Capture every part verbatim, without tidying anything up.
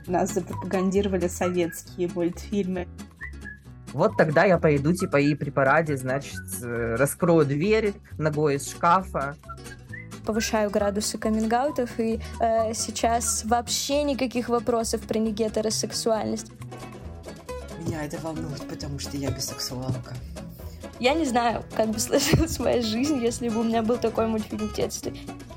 Нас запропагандировали советские мультфильмы. Вот тогда я пойду, типа, и при параде, значит, э, раскрою дверь ногой из шкафа. Повышаю градусы каминг-аутов, и э, сейчас вообще никаких вопросов про негетеросексуальность. Меня это волнует, потому что я бисексуалка. Я не знаю, как бы сложилась моя жизнь, если бы у меня был такой мультфильм в детстве.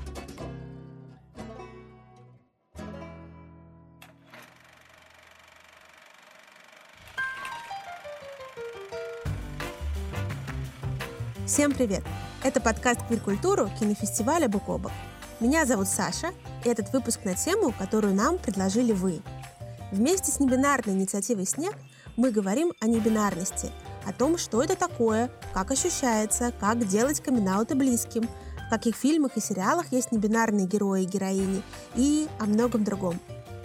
Всем привет! Это подкаст «Квир-культуру» кинофестиваля «Бок о бок». Меня зовут Саша, и этот выпуск на тему, которую нам предложили вы. Вместе с небинарной инициативой «Снег» мы говорим о небинарности, о том, что это такое, как ощущается, как делать камин-ауты близким, в каких фильмах и сериалах есть небинарные герои и героини, и о многом другом.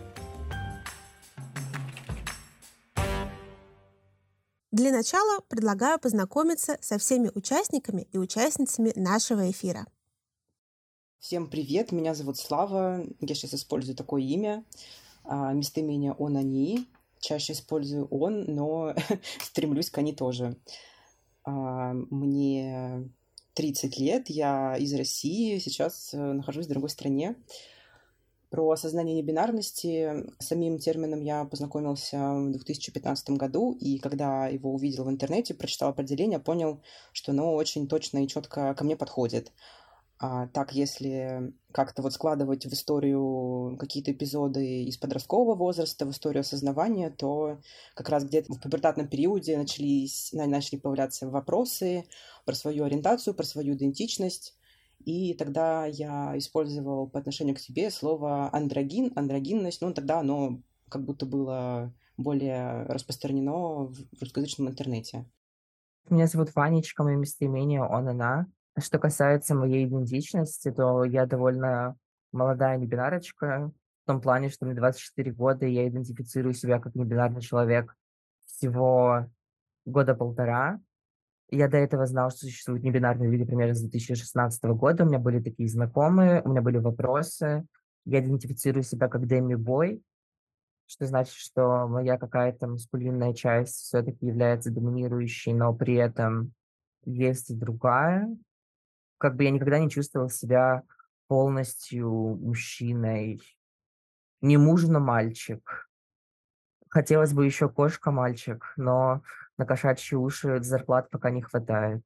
Для начала предлагаю познакомиться со всеми участниками и участницами нашего эфира. Всем привет, меня зовут Слава. Я сейчас использую такое имя. А, местоимение «он», «они». Чаще использую «он», но стремлюсь к «они» тоже. А, мне тридцать лет, я из России, сейчас нахожусь в другой стране. Про осознание небинарности самим термином я познакомился в две тысячи пятнадцатом году, и когда его увидел в интернете, прочитал определение, понял, что оно очень точно и четко ко мне подходит. А так, если как-то вот складывать в историю какие-то эпизоды из подросткового возраста, в историю осознавания, то как раз где-то в пубертатном периоде начались, начали появляться вопросы про свою ориентацию, про свою идентичность. И тогда я использовал по отношению к себе слово андрогин, андрогинность, но тогда оно как будто было более распространено в русскоязычном интернете. Меня зовут Ванечка, мое местоимение «он», «она». Что касается моей идентичности, то я довольно молодая небинарочка, в том плане, что мне двадцать четыре года, и я идентифицирую себя как небинарный человек всего года полтора. Я до этого знал, что существуют небинарные люди примерно с две тысячи шестнадцатого года. У меня были такие знакомые, у меня были вопросы. Я идентифицирую себя как деми-бой, что значит, что моя какая-то маскулинная часть все-таки является доминирующей, но при этом есть и другая. Как бы я никогда не чувствовал себя полностью мужчиной. Не муж, но мальчик. Хотелось бы еще кошка-мальчик, но на кошачьи уши зарплат пока не хватает.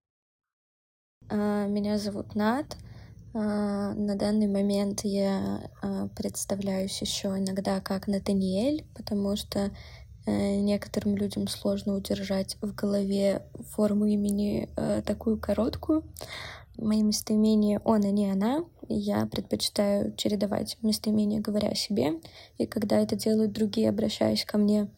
А, Меня зовут Нат. А, На данный момент я а, представляюсь еще иногда как Натаниэль, потому что э, некоторым людям сложно удержать в голове форму имени э, такую короткую. Мои местоимения «он», «они», «она». Я предпочитаю чередовать местоимения, говоря о себе, и когда это делают другие, обращаясь ко мне,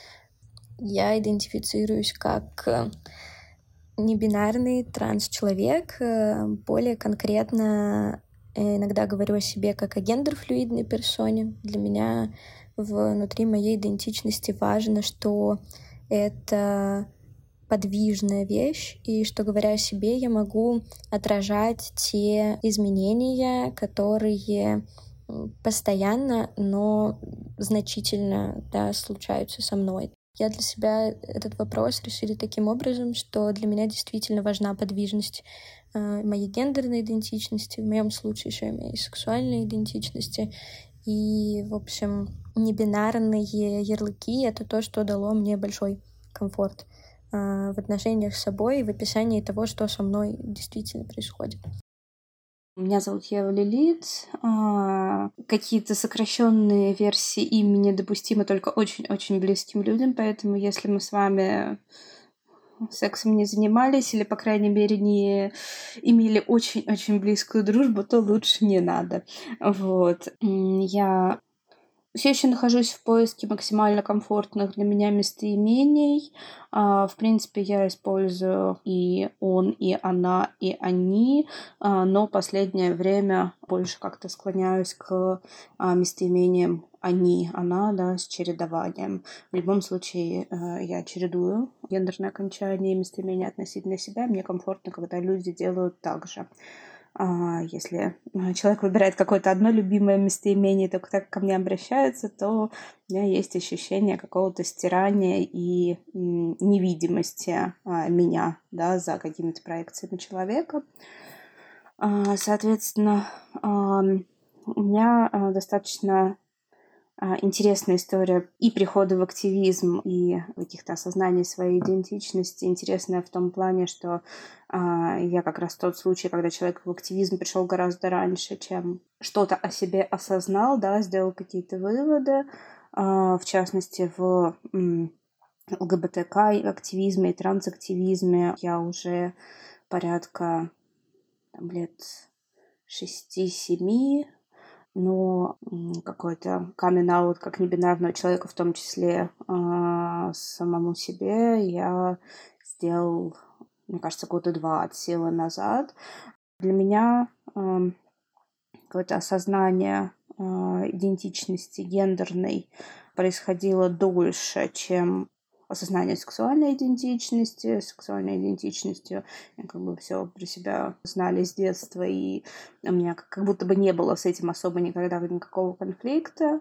я идентифицируюсь как э, небинарный транс-человек. э, Более конкретно э, иногда говорю о себе как о гендерфлюидной персоне. Для меня внутри моей идентичности важно, что это подвижная вещь, и что, говоря о себе, я могу отражать те изменения, которые м, постоянно, но значительно, да, случаются со мной. Я для себя этот вопрос решила таким образом, что для меня действительно важна подвижность э, моей гендерной идентичности, в моем случае еще и моей сексуальной идентичности. И, в общем, небинарные ярлыки — это то, что дало мне большой комфорт э, в отношениях с собой и в описании того, что со мной действительно происходит. Меня зовут Ева Лилит. А, Какие-то сокращенные версии имени допустимы только очень-очень близким людям, поэтому если мы с вами сексом не занимались или, по крайней мере, не имели очень-очень близкую дружбу, то лучше не надо. Вот. М, Я все еще нахожусь в поиске максимально комфортных для меня местоимений. А, В принципе, я использую и он, и она, и они, а, но последнее время больше как-то склоняюсь к а, местоимениям они, она, да, с чередованием. В любом случае, э, я чередую гендерное окончание и местоимения относительно себя. Мне комфортно, когда люди делают так же. Если человек выбирает какое-то одно любимое местоимение, только так ко мне обращаются, то у меня есть ощущение какого-то стирания и невидимости меня, да, за какими-то проекциями человека. Соответственно, у меня достаточно интересная история и прихода в активизм, и каких-то осознаний своей идентичности. Интересная в том плане, что а, я как раз тот случай, когда человек в активизм пришел гораздо раньше, чем что-то о себе осознал, да, сделал какие-то выводы, а, в частности, в м, ЛГБТК-активизме и трансактивизме я уже порядка там, лет шести-семи, но какой-то камин-аут как небинарного человека, в том числе э, самому себе, я сделал, мне кажется, года два от силы назад. Для меня э, какое-то осознание э, идентичности гендерной происходило дольше, чем осознание сексуальной идентичности. Сексуальной идентичностью я как бы все про себя знали с детства, и у меня как будто бы не было с этим особо никогда никакого конфликта.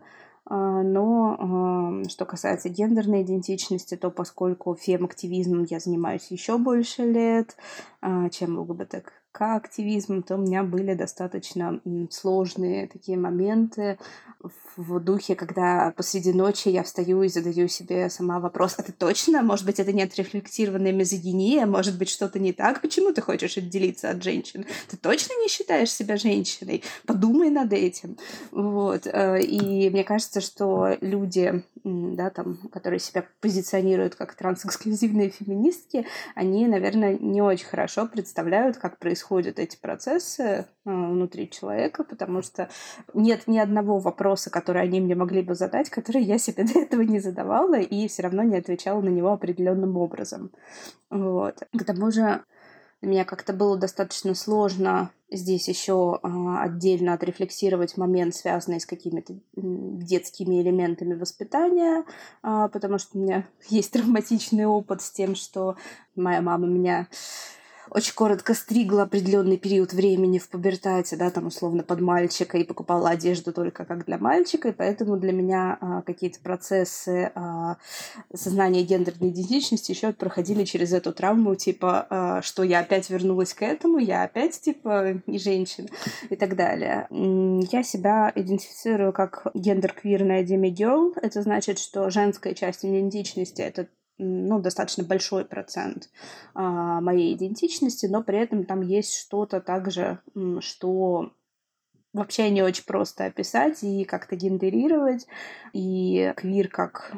Но что касается гендерной идентичности, то поскольку фем-активизмом я занимаюсь еще больше лет, чем ЛГБТК-активизмом, то у меня были достаточно сложные такие моменты в духе, когда посреди ночи я встаю и задаю себе сама вопрос: а ты точно? Может быть, это не отрефлектированная мизогиния? Может быть, что-то не так? Почему ты хочешь отделиться от женщин? Ты точно не считаешь себя женщиной? Подумай над этим. Вот. И мне кажется, что люди, да, там, которые себя позиционируют как трансэксклюзивные феминистки, они, наверное, не очень хорошо представляют, как происходят эти процессы внутри человека, потому что нет ни одного вопроса, который они мне могли бы задать, который я себе до этого не задавала и все равно не отвечала на него определенным образом. Вот. К тому же для меня как-то было достаточно сложно здесь еще а, отдельно отрефлексировать момент, связанный с какими-то детскими элементами воспитания, а, потому что у меня есть травматичный опыт с тем, что моя мама меня очень коротко стригла определенный период времени в пубертате, да, там условно под мальчика, и покупала одежду только как для мальчика, и поэтому для меня а, какие-то процессы а, сознания гендерной идентичности еще проходили через эту травму, типа, а, что я опять вернулась к этому, я опять, типа, не женщина и так далее. Я себя идентифицирую как гендер-квирная демигерл. Это значит, что женская часть идентичности — это ну, достаточно большой процент а, моей идентичности, но при этом там есть что-то также, что вообще не очень просто описать и как-то гендерировать. И квир как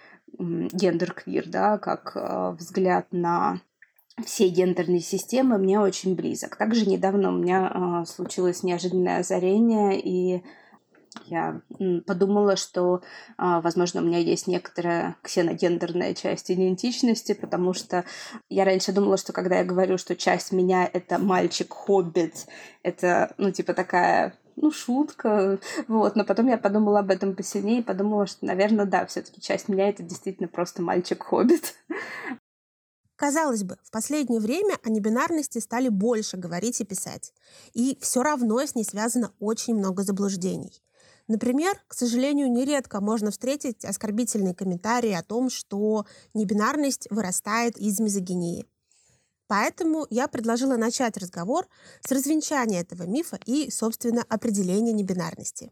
гендер-квир, да, как а, взгляд на все гендерные системы мне очень близок. Также недавно у меня а, случилось неожиданное озарение, и я подумала, что, возможно, у меня есть некоторая ксеногендерная часть идентичности, потому что я раньше думала, что когда я говорю, что часть меня — это мальчик-хоббит, это, ну, типа такая, ну, шутка, вот, но потом я подумала об этом посильнее и подумала, что, наверное, да, все-таки часть меня — это действительно просто мальчик-хоббит. Казалось бы, в последнее время о небинарности стали больше говорить и писать. И все равно с ней связано очень много заблуждений. Например, к сожалению, нередко можно встретить оскорбительные комментарии о том, что небинарность вырастает из мизогинии. Поэтому я предложила начать разговор с развенчания этого мифа и, собственно, определения небинарности.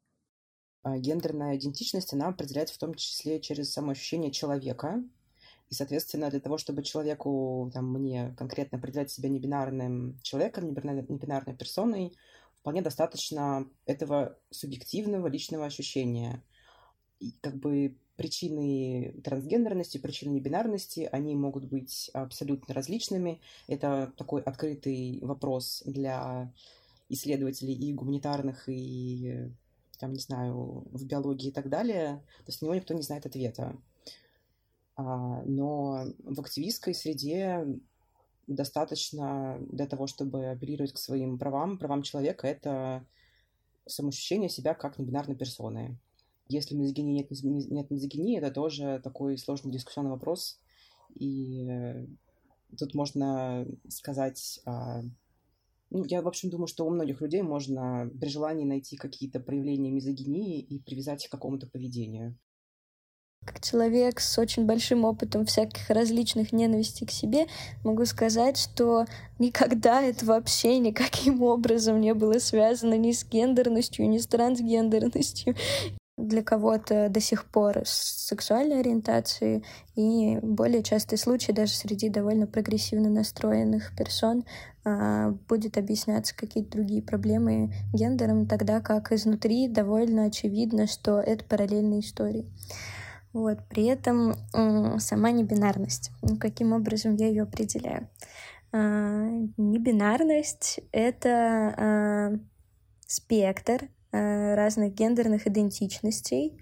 Гендерная идентичность, она определяется в том числе через самоощущение человека. И, соответственно, для того, чтобы человеку, там, мне конкретно определять себя небинарным человеком, небинарной персоной, вполне достаточно этого субъективного личного ощущения. И как бы причины трансгендерности, причины небинарности, они могут быть абсолютно различными. Это такой открытый вопрос для исследователей и гуманитарных, и, там, не знаю, в биологии и так далее. То есть на него никто не знает ответа. Но в активистской среде достаточно для того, чтобы апеллировать к своим правам, правам человека, это самоощущение себя как небинарной персоны. Если мизогинии нет, нет мизогинии, это тоже такой сложный дискуссионный вопрос. И тут можно сказать Ну, я, в общем, думаю, что у многих людей можно при желании найти какие-то проявления мизогинии и привязать их к какому-то поведению. Как человек с очень большим опытом всяких различных ненавистей к себе, могу сказать, что никогда это вообще никаким образом не было связано ни с гендерностью, ни с трансгендерностью. Для кого-то до сих пор с сексуальной ориентацией, и более частый случай даже среди довольно прогрессивно настроенных персон а, будет объясняться какие-то другие проблемы гендером, тогда как изнутри довольно очевидно, что это параллельные истории. Вот. При этом м, сама небинарность. Ну, каким образом я ее определяю? А, небинарность — это а, спектр а, разных гендерных идентичностей,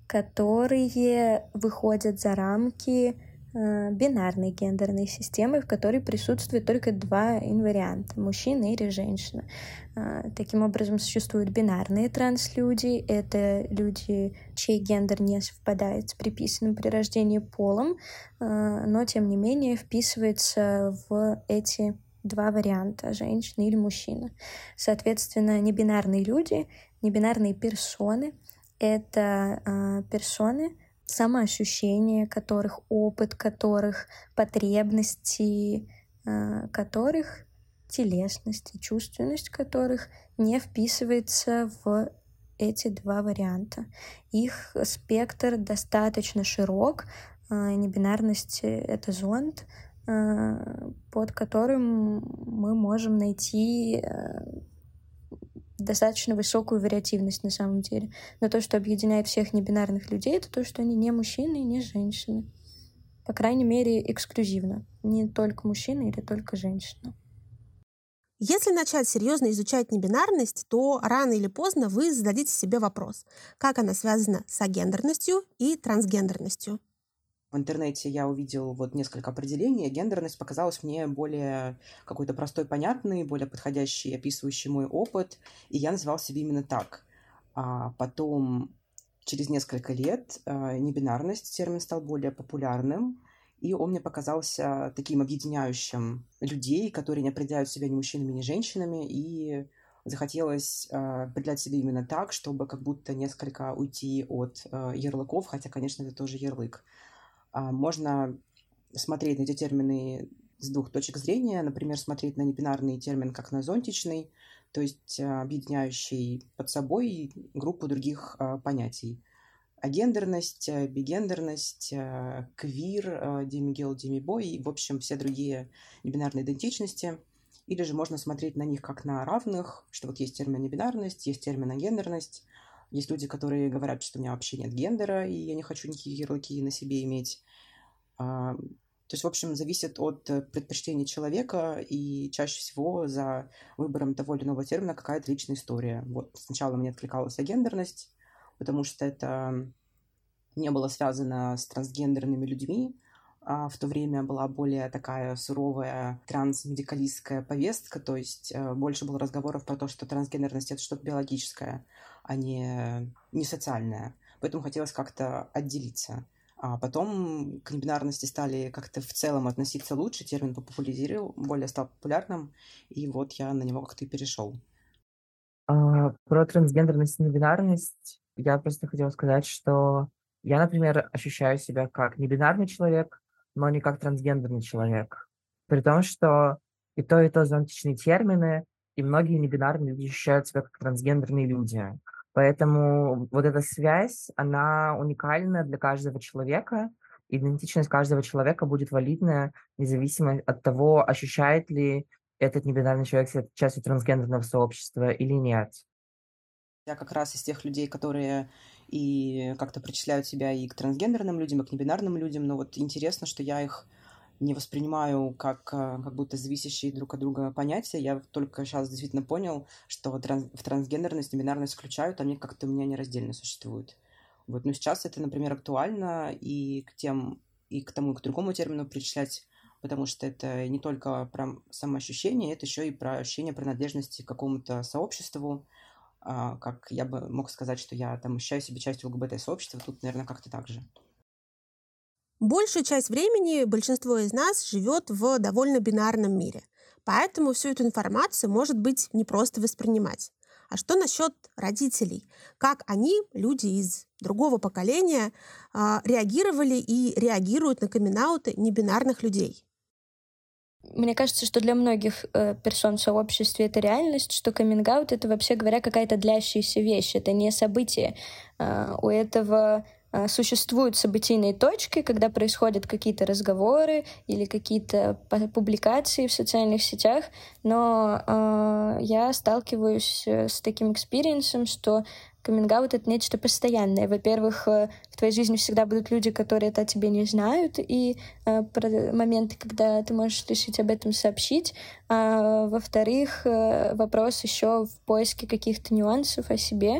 которые выходят за рамки а, бинарной гендерной системы, в которой присутствует только два инварианта — мужчина или женщина. А, таким образом, существуют бинарные транслюди. Это люди, чей гендер не совпадает с приписанным при рождении полом, а, но, тем не менее, вписывается в эти два варианта — женщина или мужчина. Соответственно, небинарные люди, небинарные персоны — это а, персоны, самоощущение которых, опыт которых, потребности а, которых, телесность и чувственность которых не вписывается в эти два варианта. Их спектр достаточно широк. Небинарность — это зонд, под которым мы можем найти достаточно высокую вариативность на самом деле. Но то, что объединяет всех небинарных людей, это то, что они не мужчины и не женщины. По крайней мере, эксклюзивно. Не только мужчина или только женщина. Если начать серьезно изучать небинарность, то рано или поздно вы зададите себе вопрос, как она связана с агендерностью и трансгендерностью. В интернете я увидел вот несколько определений. Гендерность показалась мне более какой-то простой, понятной, более подходящей, описывающей мой опыт, и я называл себя именно так. А потом, через несколько лет, небинарность термин стал более популярным, и он мне показался таким объединяющим людей, которые не определяют себя ни мужчинами, ни женщинами, и захотелось определять себя именно так, чтобы как будто несколько уйти от ярлыков, хотя, конечно, это тоже ярлык. Можно смотреть на эти термины с двух точек зрения. Например, смотреть на небинарный термин как на зонтичный, то есть объединяющий под собой группу других понятий. Агендерность, бигендерность, квир, демигел, демибой, в общем, все другие небинарные идентичности. Или же можно смотреть на них как на равных, что вот есть термин небинарность, есть термин агендерность. Есть люди, которые говорят, что у меня вообще нет гендера, и я не хочу никакие ярлыки на себе иметь. То есть, в общем, зависит от предпочтений человека, и чаще всего за выбором того или иного термина какая-то личная история. Вот сначала мне откликалась агендерность, потому что это не было связано с трансгендерными людьми. А в то время была более такая суровая трансмедикалистская повестка, то есть больше было разговоров про то, что трансгендерность — это что-то биологическое, а не, не социальное. Поэтому хотелось как-то отделиться. А потом к небинарности стали как-то в целом относиться лучше, термин популяризировал, более стал популярным, и вот я на него как-то и перешел. А, про трансгендерность и небинарность я просто хотела сказать, что я, например, ощущаю себя как небинарный человек, но не как трансгендерный человек. При том, что и то, и то зонтичные термины, и многие небинарные люди ощущают себя как трансгендерные люди. Поэтому вот эта связь, она уникальна для каждого человека. Идентичность каждого человека будет валидна, независимо от того, ощущает ли этот небинарный человек себя частью трансгендерного сообщества или нет. Я как раз из тех людей, которые и как-то причисляют себя и к трансгендерным людям, и к небинарным людям, но вот интересно, что я их не воспринимаю как, как будто зависящие друг от друга понятия. Я только сейчас действительно понял, что транс, в трансгендерность и бинарность исключают, они как-то у меня нераздельно существуют. Вот. Но сейчас это, например, актуально и к тем, и к тому, и к другому термину причислять, потому что это не только про самоощущение, это еще и про ощущение принадлежности к какому-то сообществу. Как я бы мог сказать, что я там ощущаю себя частью ЛГБТ-сообщества, тут, наверное, как-то так же. Большую часть времени большинство из нас живет в довольно бинарном мире. Поэтому всю эту информацию может быть непросто воспринимать. А что насчет родителей? Как они, люди из другого поколения, а, реагировали и реагируют на камин-ауты небинарных людей? Мне кажется, что для многих э, персон в сообществе это реальность, что каминг-аут — это, вообще говоря, какая-то длящаяся вещь, это не событие. Э, у этого э, существуют событийные точки, когда происходят какие-то разговоры или какие-то п- публикации в социальных сетях, но э, я сталкиваюсь э, с таким экспириенсом, что каминг-аут — это нечто постоянное. Во-первых, э, в твоей жизни всегда будут люди, которые это о тебе не знают, и э, про моменты, когда ты можешь решить об этом сообщить. А, во-вторых, э, вопрос еще в поиске каких-то нюансов о себе,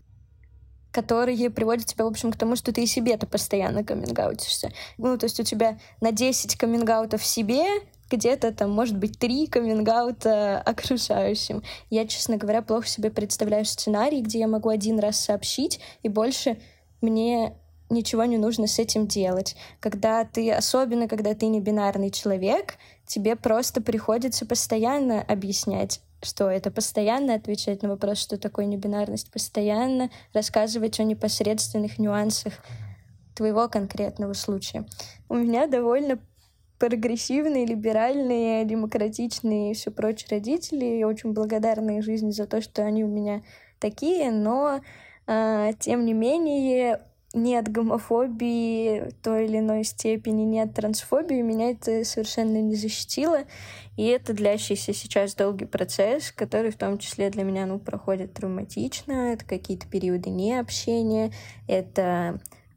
которые приводят тебя, в общем, к тому, что ты и себе-то постоянно каминг-аутишься. Ну, то есть у тебя на десять каминг-аутов в себе где-то там, может быть, три каминг-аута окружающим. Я, честно говоря, плохо себе представляю сценарий, где я могу один раз сообщить, и больше мне ничего не нужно с этим делать. Когда ты, особенно когда ты не бинарный человек, тебе просто приходится постоянно объяснять, что это, постоянно отвечать на вопрос, что такое небинарность, постоянно рассказывать о непосредственных нюансах твоего конкретного случая. У меня довольно прогрессивные, либеральные, демократичные и все прочее родители. Я очень благодарна их жизни за то, что они у меня такие, но э, тем не менее нет гомофобии в той или иной степени, нет трансфобии, меня это совершенно не защитило. И это длящийся сейчас долгий процесс, который в том числе для меня ну, проходит травматично. Это какие-то периоды необщения, это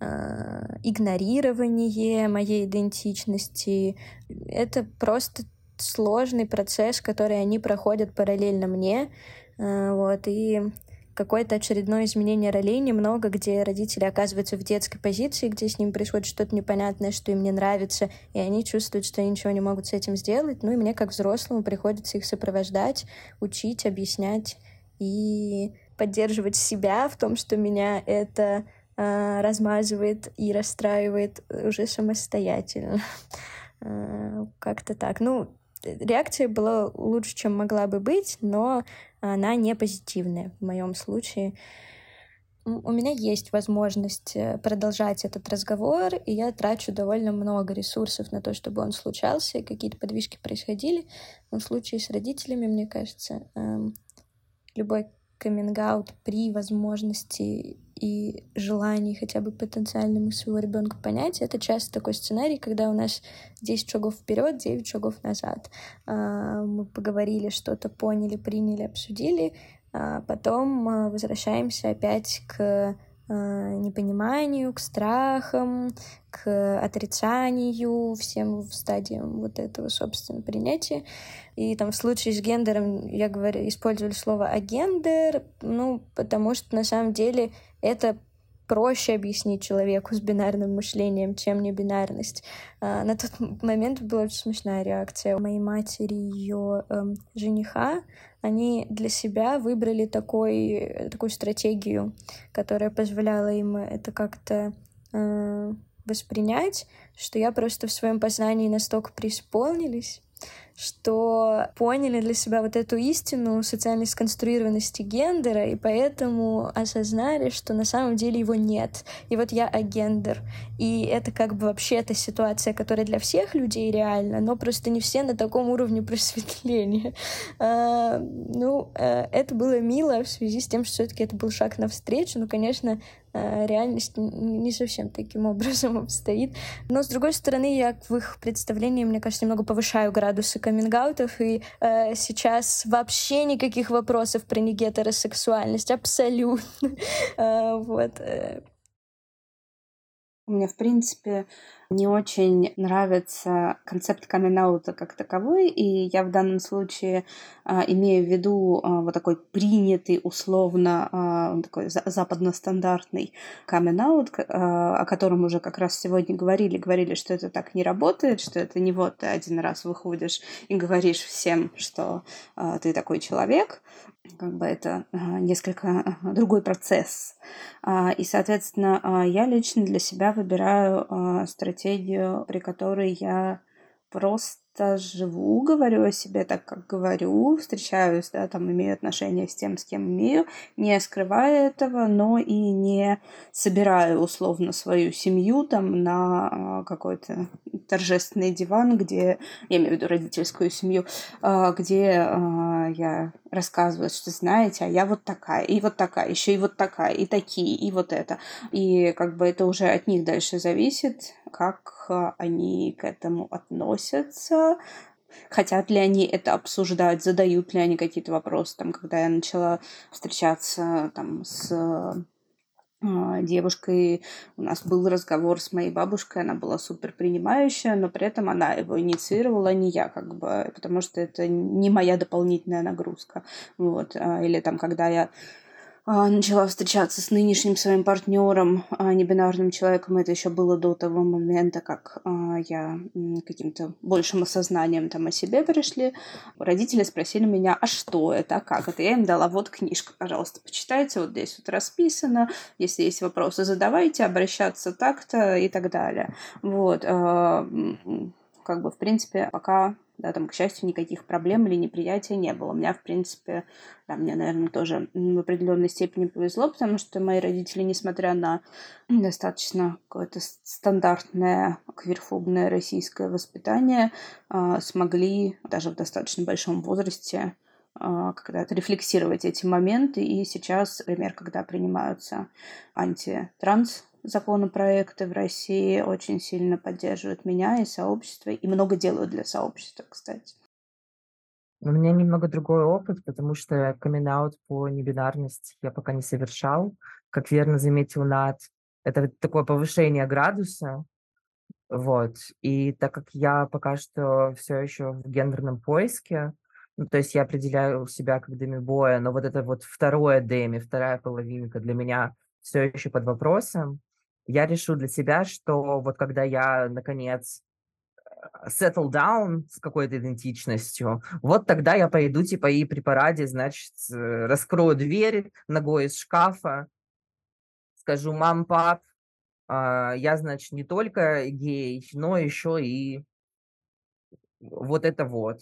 игнорирование моей идентичности. Это просто сложный процесс, который они проходят параллельно мне. Вот. И какое-то очередное изменение ролей немного, где родители оказываются в детской позиции, где с ними происходит что-то непонятное, что им не нравится, и они чувствуют, что они ничего не могут с этим сделать. Ну и мне, как взрослому, приходится их сопровождать, учить, объяснять и поддерживать себя в том, что меня это размазывает и расстраивает уже самостоятельно. Как-то так. Ну, реакция была лучше, чем могла бы быть, но она не позитивная в моем случае. У меня есть возможность продолжать этот разговор, и я трачу довольно много ресурсов на то, чтобы он случался, и какие-то подвижки происходили. Но в случае с родителями, мне кажется, любой каминг-аут при возможности и желании хотя бы потенциальному своего ребенка понять, это часто такой сценарий, когда у нас десять шагов вперед, девять шагов назад. Мы поговорили, что-то поняли, приняли, обсудили, а потом возвращаемся опять к непониманию, к страхам, к отрицанию, всем в стадии вот этого, собственно, принятия. И там в случае с гендером я говорю, использовали слово агендер, ну, потому что на самом деле это проще объяснить человеку с бинарным мышлением, чем небинарность. А, на тот момент была очень смешная реакция. У моей матери и ее эм, жениха, они для себя выбрали такой, такую стратегию, которая позволяла им это как-то э, воспринять, что я просто в своем познании настолько преисполнились, что поняли для себя вот эту истину социальной сконструированности гендера, и поэтому осознали, что на самом деле его нет. И вот я агендер. И это как бы вообще эта ситуация, которая для всех людей реальна, но просто не все на таком уровне просветления. А, ну, это было мило в связи с тем, что все-таки это был шаг навстречу. Ну, конечно, реальность не совсем таким образом обстоит. Но, с другой стороны, я в их представлении, мне кажется, немного повышаю градусы каминг-аутов, и э, сейчас вообще никаких вопросов про негетеросексуальность, абсолютно. Вот. Мне, в принципе, не очень нравится концепт камин-аута как таковой, и я в данном случае а, имею в виду а, вот такой принятый, условно, а, такой за- западно-стандартный камин-аут, а, о котором уже как раз сегодня говорили, говорили, что это так не работает, что это не вот ты один раз выходишь и говоришь всем, что а, ты такой человек, как бы это а, несколько а, другой процесс. А, и, соответственно, а, я лично для себя выбираю а, стратегию, при которой я просто просто живу, говорю о себе так, как говорю, встречаюсь, да, там, имею отношения с тем, с кем имею, не скрывая этого, но и не собираю условно свою семью там на какой-то торжественный диван, где, я имею в виду родительскую семью, где я рассказываю, что знаете, а я вот такая, и вот такая, еще и вот такая, и такие, и вот это. И как бы это уже от них дальше зависит, как они к этому относятся, хотят ли они это обсуждать, задают ли они какие-то вопросы. Там, когда я начала встречаться там, с девушкой, у нас был разговор с моей бабушкой, она была супер принимающая, но при этом она его инициировала, не я, как бы, потому что это не моя дополнительная нагрузка. Вот. Или там, когда я начала встречаться с нынешним своим партнером, небинарным человеком, это еще было до того момента, как я каким-то большим осознанием там о себе пришли. Родители спросили меня, а что это, а как это? Я им дала, вот книжка, пожалуйста, почитайте, вот здесь вот расписано, если есть вопросы, задавайте, обращаться так-то и так далее. Вот. Как бы, в принципе, пока... Да, там, к счастью, никаких проблем или неприятия не было. У меня, в принципе, да, мне, наверное, тоже в определенной степени повезло, потому что мои родители, несмотря на достаточно какое-то стандартное квирфобное российское воспитание, смогли даже в достаточно большом возрасте когда-то рефлексировать эти моменты. И сейчас, например, когда принимаются антитранс законопроекты в России, очень сильно поддерживают меня и сообщество, и много делают для сообщества, кстати. У меня немного другой опыт, потому что камин-аут по небинарности я пока не совершал. Как верно заметил Над, это такое повышение градуса. Вот. И так как я пока что все еще в гендерном поиске, ну, то есть я определяю себя как демибоя, но вот это вот второе деми, вторая половинка для меня все еще под вопросом, я решу для себя, что вот когда я, наконец, settle down с какой-то идентичностью, вот тогда я пойду, типа, и при параде, значит, раскрою дверь ногой из шкафа, скажу, мам, пап, я, значит, не только гей, но еще и вот это вот.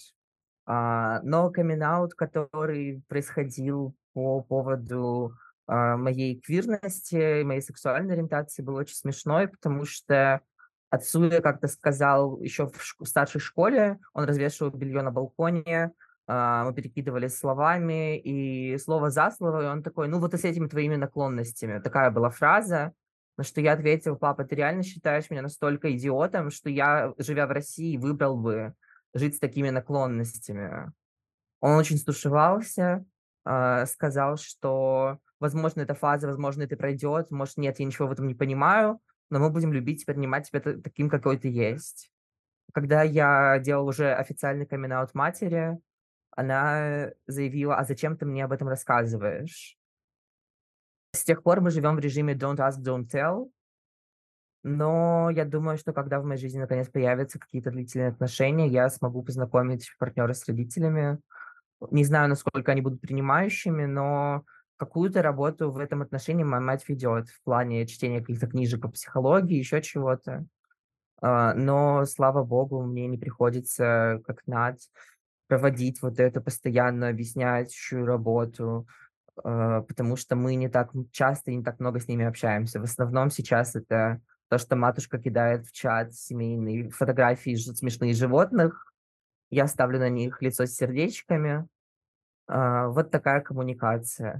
Но камин-аут, который происходил по поводу моей квирности, моей сексуальной ориентации, был очень смешной, потому что отцу я как-то сказал еще в шк- старшей школе, он развешивал белье на балконе, мы перекидывались словами, и слово за слово, и он такой, ну вот и с этими твоими наклонностями. Такая была фраза, на что я ответил, папа, ты реально считаешь меня настолько идиотом, что я, живя в России, выбрал бы жить с такими наклонностями? Он очень стушевался, а, сказал, что, возможно, это фаза, возможно, это пройдет, может, нет, я ничего в этом не понимаю, но мы будем любить и принимать тебя та- таким, какой ты есть. Когда я делал уже официальный камин-аут матери, она заявила, а зачем ты мне об этом рассказываешь? С тех пор мы живем в режиме don't ask, don't tell, но я думаю, что когда в моей жизни наконец появятся какие-то длительные отношения, я смогу познакомить партнера с родителями. Не знаю, насколько они будут принимающими, но какую-то работу в этом отношении моя мать ведет в плане чтения каких-то книжек по психологии, еще чего-то. А, Но, слава богу, мне не приходится, как Над, проводить вот эту постоянно объясняющую работу, а, потому что мы не так часто и не так много с ними общаемся. В основном сейчас это то, что матушка кидает в чат семейные фотографии ж- смешных животных, я ставлю на них лицо с сердечками. А, Вот такая коммуникация.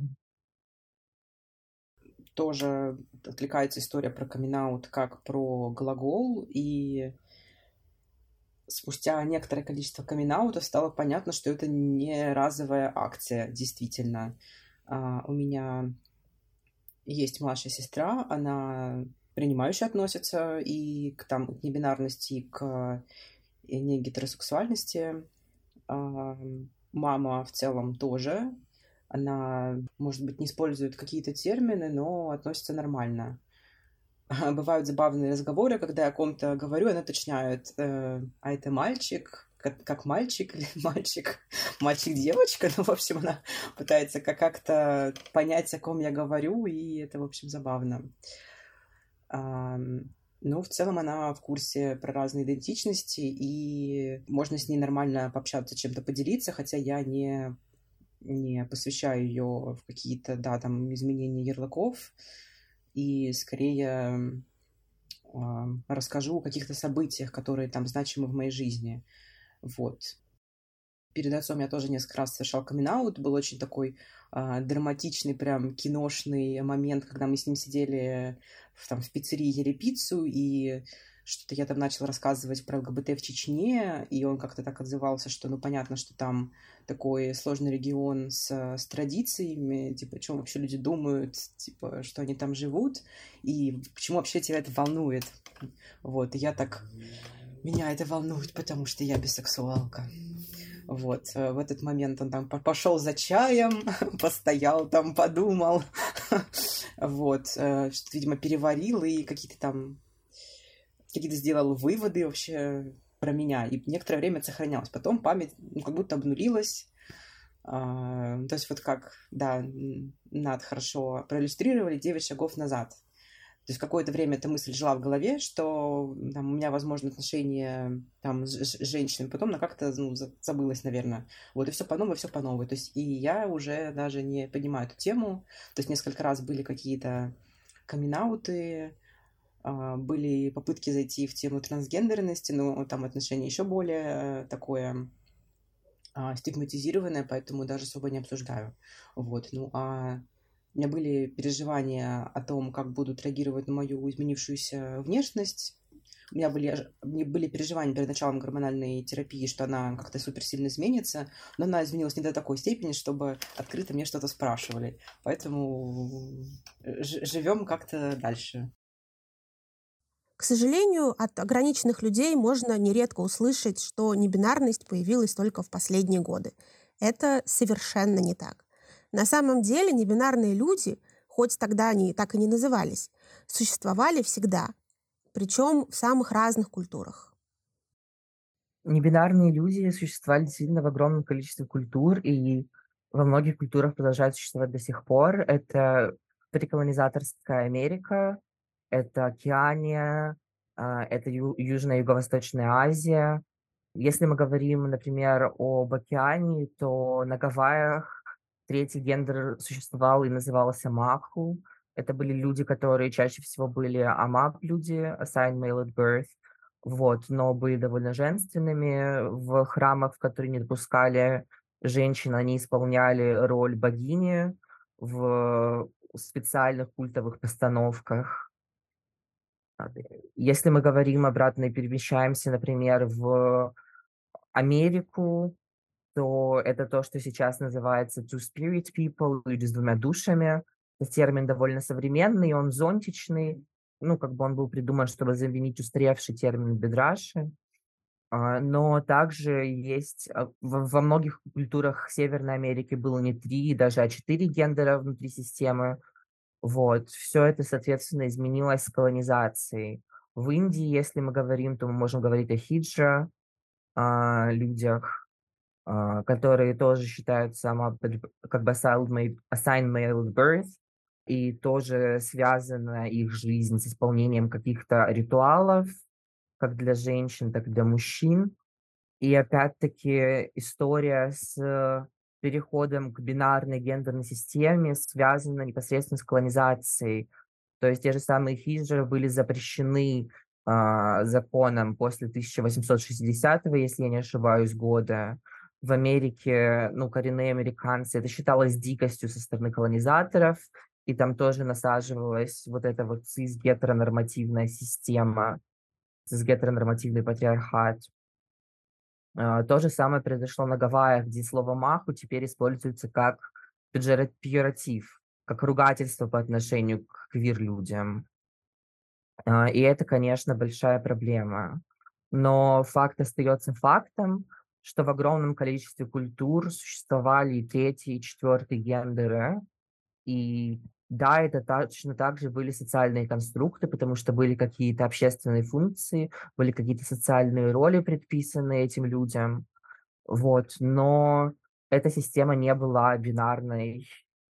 Тоже отвлекается история про камин-аут как про глагол, и спустя некоторое количество камин-аутов стало понятно, что это не разовая акция, действительно. А, у меня есть младшая сестра, она принимающе относится и к, там, к небинарности, и к негетеросексуальности. А, мама в целом тоже. Она, может быть, не использует какие-то термины, но относится нормально. Бывают забавные разговоры, когда я о ком-то говорю, она уточняет, э, а это мальчик, как, как мальчик или мальчик, мальчик-девочка. Ну, в общем, она пытается как- как-то понять, о ком я говорю, и это, в общем, забавно. А, Но в целом она в курсе про разные идентичности, и можно с ней нормально пообщаться, чем-то поделиться, хотя я не, не посвящаю ее в какие-то, да, там, изменения ярлыков, и скорее э, расскажу о каких-то событиях, которые там значимы в моей жизни. Вот. Перед отцом я тоже несколько раз совершал камин-аут. Был очень такой а, драматичный, прям киношный момент, когда мы с ним сидели в, там, в пиццерии, ели пиццу, и что-то я там начал рассказывать про ЛГБТ в Чечне, и он как-то так отзывался, что, ну, понятно, что там такой сложный регион с, с традициями, типа, о чем вообще люди думают, типа, что они там живут, и почему вообще тебя это волнует. Вот, и я так... Меня это волнует, потому что я бисексуалка. Вот, в этот момент он там пошел за чаем, постоял там, подумал, вот, что-то, видимо, переварил и какие-то там, какие-то сделал выводы вообще про меня, и некоторое время это сохранялось. Потом память, ну, как будто обнулилась, то есть вот как, да, Над хорошо проиллюстрировали «Девять шагов назад». То есть какое-то время эта мысль жила в голове, что там, у меня, возможно, отношения там, с, с женщинами, потом она как-то ну, забылась, наверное. Вот, и все по новой, все по новой. То есть и я уже даже не понимаю эту тему. То есть несколько раз были какие-то камин-ауты, были попытки зайти в тему трансгендерности, но там отношение еще более такое стигматизированное, поэтому даже особо не обсуждаю. Вот, ну а... У меня были переживания о том, как будут реагировать на мою изменившуюся внешность. У меня были, были переживания перед началом гормональной терапии, что она как-то суперсильно изменится, но она изменилась не до такой степени, чтобы открыто мне что-то спрашивали. Поэтому живем как-то дальше. К сожалению, от ограниченных людей можно нередко услышать, что небинарность появилась только в последние годы. Это совершенно не так. На самом деле небинарные люди, хоть тогда они так и не назывались, существовали всегда, причем в самых разных культурах. Небинарные люди существовали действительно в огромном количестве культур, и во многих культурах продолжают существовать до сих пор. Это преколонизаторская Америка, это Океания, это Ю- Южная и Юго-Восточная Азия. Если мы говорим, например, об Океании, то на Гавайях третий гендер существовал и назывался Маху. Это были люди, которые чаще всего были АМАП-люди, assigned male at birth, вот, но были довольно женственными. В храмах, в которые не допускали женщин, они исполняли роль богини в специальных культовых постановках. Если мы говорим обратно и перемещаемся, например, в Америку, то это то, что сейчас называется two-spirit people, люди с двумя душами. Это термин довольно современный, он зонтичный. Ну, как бы он был придуман, чтобы заменить устаревший термин бедраши. А, Но также есть а, во во многих культурах Северной Америки было не три, даже а четыре гендера внутри системы. Вот. Все это, соответственно, изменилось с колонизацией. В Индии, если мы говорим, то мы можем говорить о хиджа, а, людях, а, которые тоже считаются сама как бы assigned male assigned male at birth, и тоже связана их жизнь с исполнением каких-то ритуалов, как для женщин, так и для мужчин. И опять-таки история с переходом к бинарной гендерной системе связана непосредственно с колонизацией. То есть те же самые хиджры были запрещены а, законом после тысяча восемьсот шестидесятого, если я не ошибаюсь, года. В Америке, ну, коренные американцы, это считалось дикостью со стороны колонизаторов, и там тоже насаживалась вот эта вот цис-гетеронормативная система, цис-гетеронормативный патриархат. А, То же самое произошло на Гавайях, где слово «маху» теперь используется как педжора- пеjoратив, как ругательство по отношению к квир-людям. А, И это, конечно, большая проблема. Но факт остается фактом, что в огромном количестве культур существовали и третий, и четвертый гендеры. И да, это точно так же были социальные конструкты, потому что были какие-то общественные функции, были какие-то социальные роли, предписанные этим людям. Вот. Но эта система не была бинарной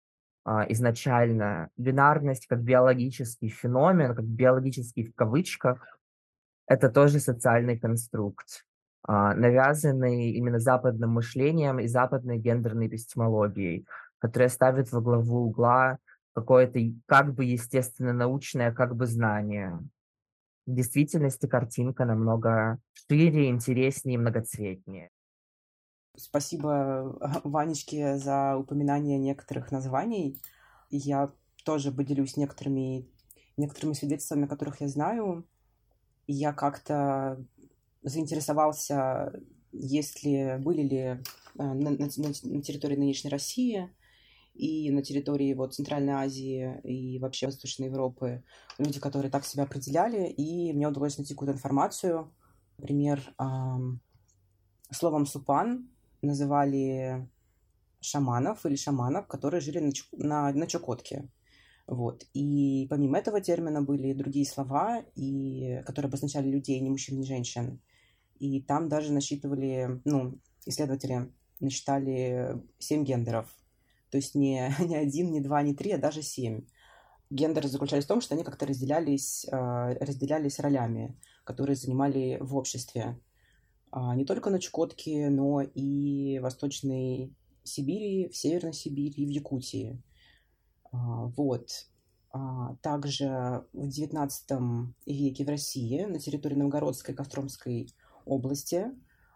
а, изначально бинарность как биологический феномен, как биологический в кавычках, это тоже социальный конструкт, а, навязанный именно западным мышлением и западной гендерной эпистемологией, которая ставит во главу угла какое-то и как бы естественно-научное как бы знание. В действительности картинка намного шире, интереснее и многоцветнее. Спасибо Ванечке за упоминание некоторых названий. Я тоже поделюсь некоторыми, некоторыми свидетельствами, которых я знаю. Я как-то заинтересовался, есть ли, были ли на, на, на территории нынешней России и на территории вот, Центральной Азии и вообще Восточной Европы люди, которые так себя определяли, и мне удалось найти какую-то информацию. Например, эм, словом «супан» называли шаманов или шаманов, которые жили на, на, на Чукотке. Вот. И помимо этого термина были и другие слова, и, которые обозначали людей, не мужчин, не женщин. И там даже насчитывали, ну, исследователи насчитали семь гендеров. То есть не, не один, не два, не три, а даже семь. Гендеры заключались в том, что они как-то разделялись, разделялись ролями, которые занимали в обществе. Не только на Чукотке, но и в Восточной Сибири, в Северной Сибири и в Якутии. Вот. Также в девятнадцатом веке в России на территории Новгородской и Костромской области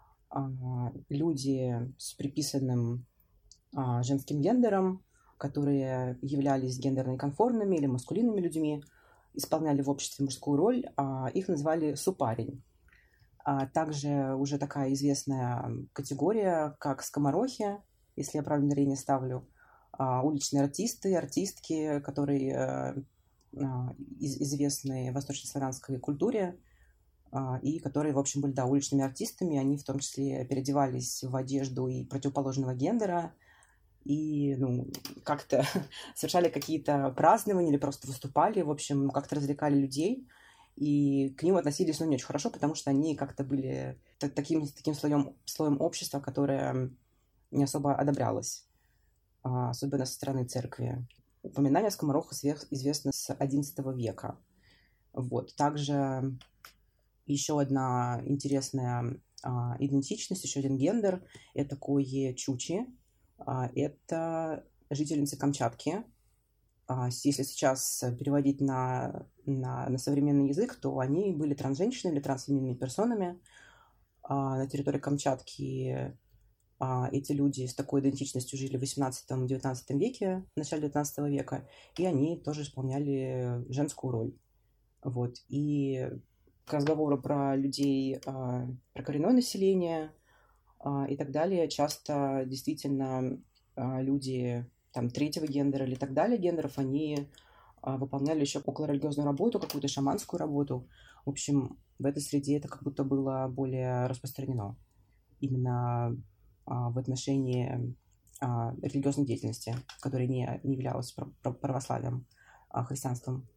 люди с приписанным женским гендером, которые являлись гендерно конформными или маскулинными людьми, исполняли в обществе мужскую роль, их назвали супарень. Также уже такая известная категория, как скоморохи, если я правильно ударение ставлю, уличные артисты, артистки, которые известны в восточнославянской культуре и которые, в общем, были, да, уличными артистами. Они в том числе переодевались в одежду и противоположного гендера и, ну, как-то совершали какие-то празднования или просто выступали, в общем, ну, как-то развлекали людей. И к ним относились, ну, не очень хорошо, потому что они как-то были таким, таким слоем, слоем общества, которое не особо одобрялось, особенно со стороны церкви. Упоминание о скоморохах известно с одиннадцатого века. Вот. Также еще одна интересная а, идентичность, еще один гендер – это кое-чучи. А, это жительницы Камчатки. А, если сейчас переводить на, на, на современный язык, то они были трансженщинами или трансфеминными персонами. А, на территории Камчатки а, эти люди с такой идентичностью жили в восемнадцатом-девятнадцатом веке, в начале девятнадцатого века, и они тоже исполняли женскую роль. Вот. И к разговору про людей, а, про коренное население а, и так далее, часто действительно а, люди там, третьего гендера или так далее, гендеров, они а, выполняли еще околорелигиозную работу, какую-то шаманскую работу. В общем, в этой среде это как будто было более распространено именно а, в отношении а, религиозной деятельности, которая не, не являлась православием, а христианством.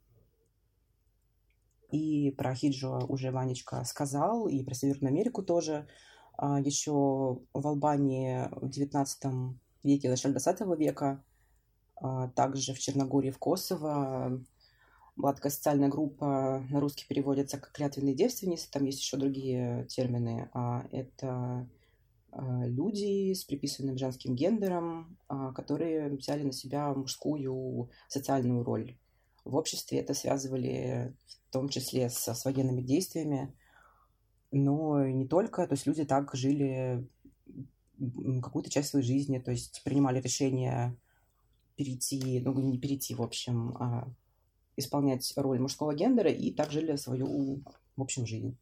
И про хиджу уже Ванечка сказал, и про Северную Америку тоже. А, еще в Албании в девятнадцатом веке, в начале двадцатого века, а, также в Черногории, в Косово была такая социальная группа, на русский переводится как клятвенные девственницы, там есть еще другие термины. А, это а, люди с приписанным женским гендером, а, которые взяли на себя мужскую социальную роль. В обществе это связывали в том числе со, с военными действиями, но не только. То есть люди так жили какую-то часть своей жизни, то есть принимали решение перейти, ну не перейти, в общем, а исполнять роль мужского гендера и так жили свою, в общем, жизнь.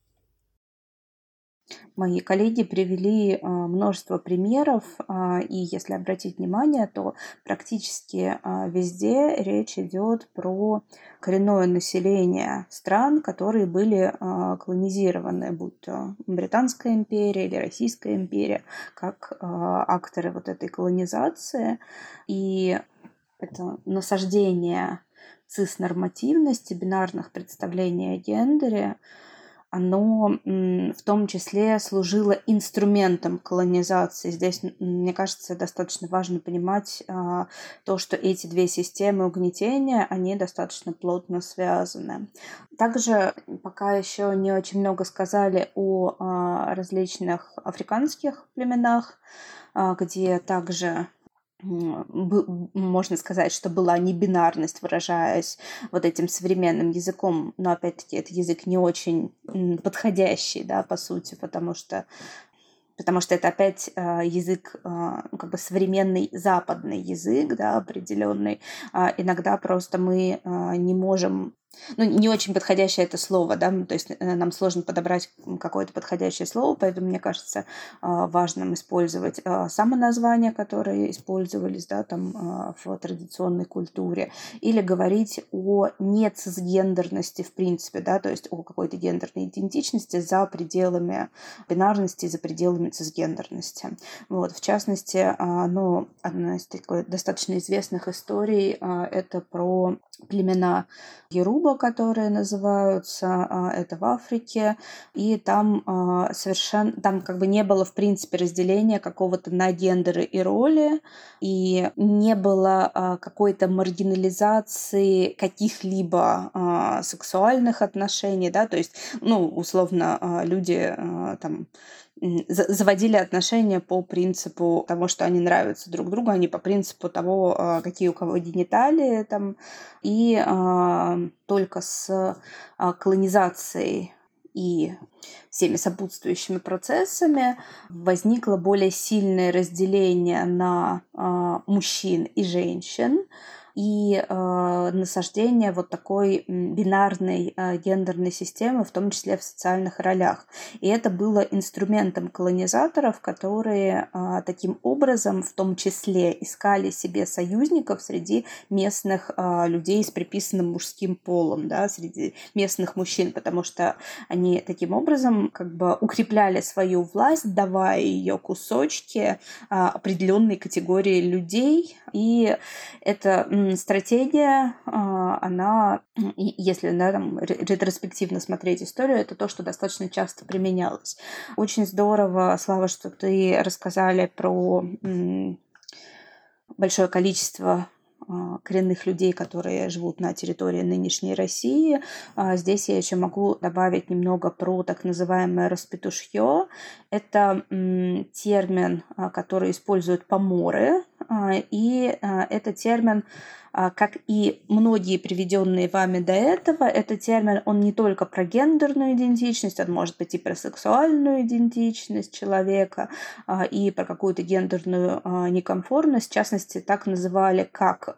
Мои коллеги привели а, множество примеров, а, и если обратить внимание, то практически а, везде речь идет про коренное население стран, которые были а, колонизированы, будь то Британская империя или Российская империя, как а, акторы вот этой колонизации. И это насаждение цис-нормативности, бинарных представлений о гендере, оно в том числе служило инструментом колонизации. Здесь, мне кажется, достаточно важно понимать то, что эти две системы угнетения, они достаточно плотно связаны. Также пока еще не очень много сказали о различных африканских племенах, где также можно сказать, что была небинарность, выражаясь вот этим современным языком, но опять-таки это язык не очень подходящий, да, по сути, потому что потому что это опять язык, как бы современный западный язык, да, определенный. Иногда просто мы не можем, ну, не очень подходящее это слово, да, то есть нам сложно подобрать какое-то подходящее слово, поэтому, мне кажется, важным использовать самоназвания, которые использовались, да, там в традиционной культуре, или говорить о нецисгендерности, в принципе, да, то есть о какой-то гендерной идентичности за пределами бинарности, за пределами цисгендерности. Вот, в частности, ну, одна из такой достаточно известных историй — это про племена Йоруба, которые называются, это в Африке, и там совершенно, там как бы не было, в принципе, разделения какого-то на гендеры и роли, и не было какой-то маргинализации каких-либо сексуальных отношений, да, то есть, ну, условно, люди там заводили отношения по принципу того, что они нравятся друг другу, а не по принципу того, какие у кого гениталии там. И а, только с а, колонизацией и всеми сопутствующими процессами возникло более сильное разделение на а, мужчин и женщин, и э, насаждение вот такой бинарной э, гендерной системы, в том числе в социальных ролях. И это было инструментом колонизаторов, которые э, таким образом в том числе искали себе союзников среди местных э, людей с приписанным мужским полом, да, среди местных мужчин, потому что они таким образом как бы укрепляли свою власть, давая ее кусочки э, определенной категории людей. И это стратегия, она, если, да, там, ретроспективно смотреть историю, это то, что достаточно часто применялось. Очень здорово, Слава, что ты рассказали про большое количество коренных людей, которые живут на территории нынешней России. Здесь я еще могу добавить немного про так называемое распетушье. Это термин, который используют поморы, и это термин, как и многие приведенные вами до этого, этот термин, он не только про гендерную идентичность, он может быть и про сексуальную идентичность человека, и про какую-то гендерную некомфортность. В частности, так называли как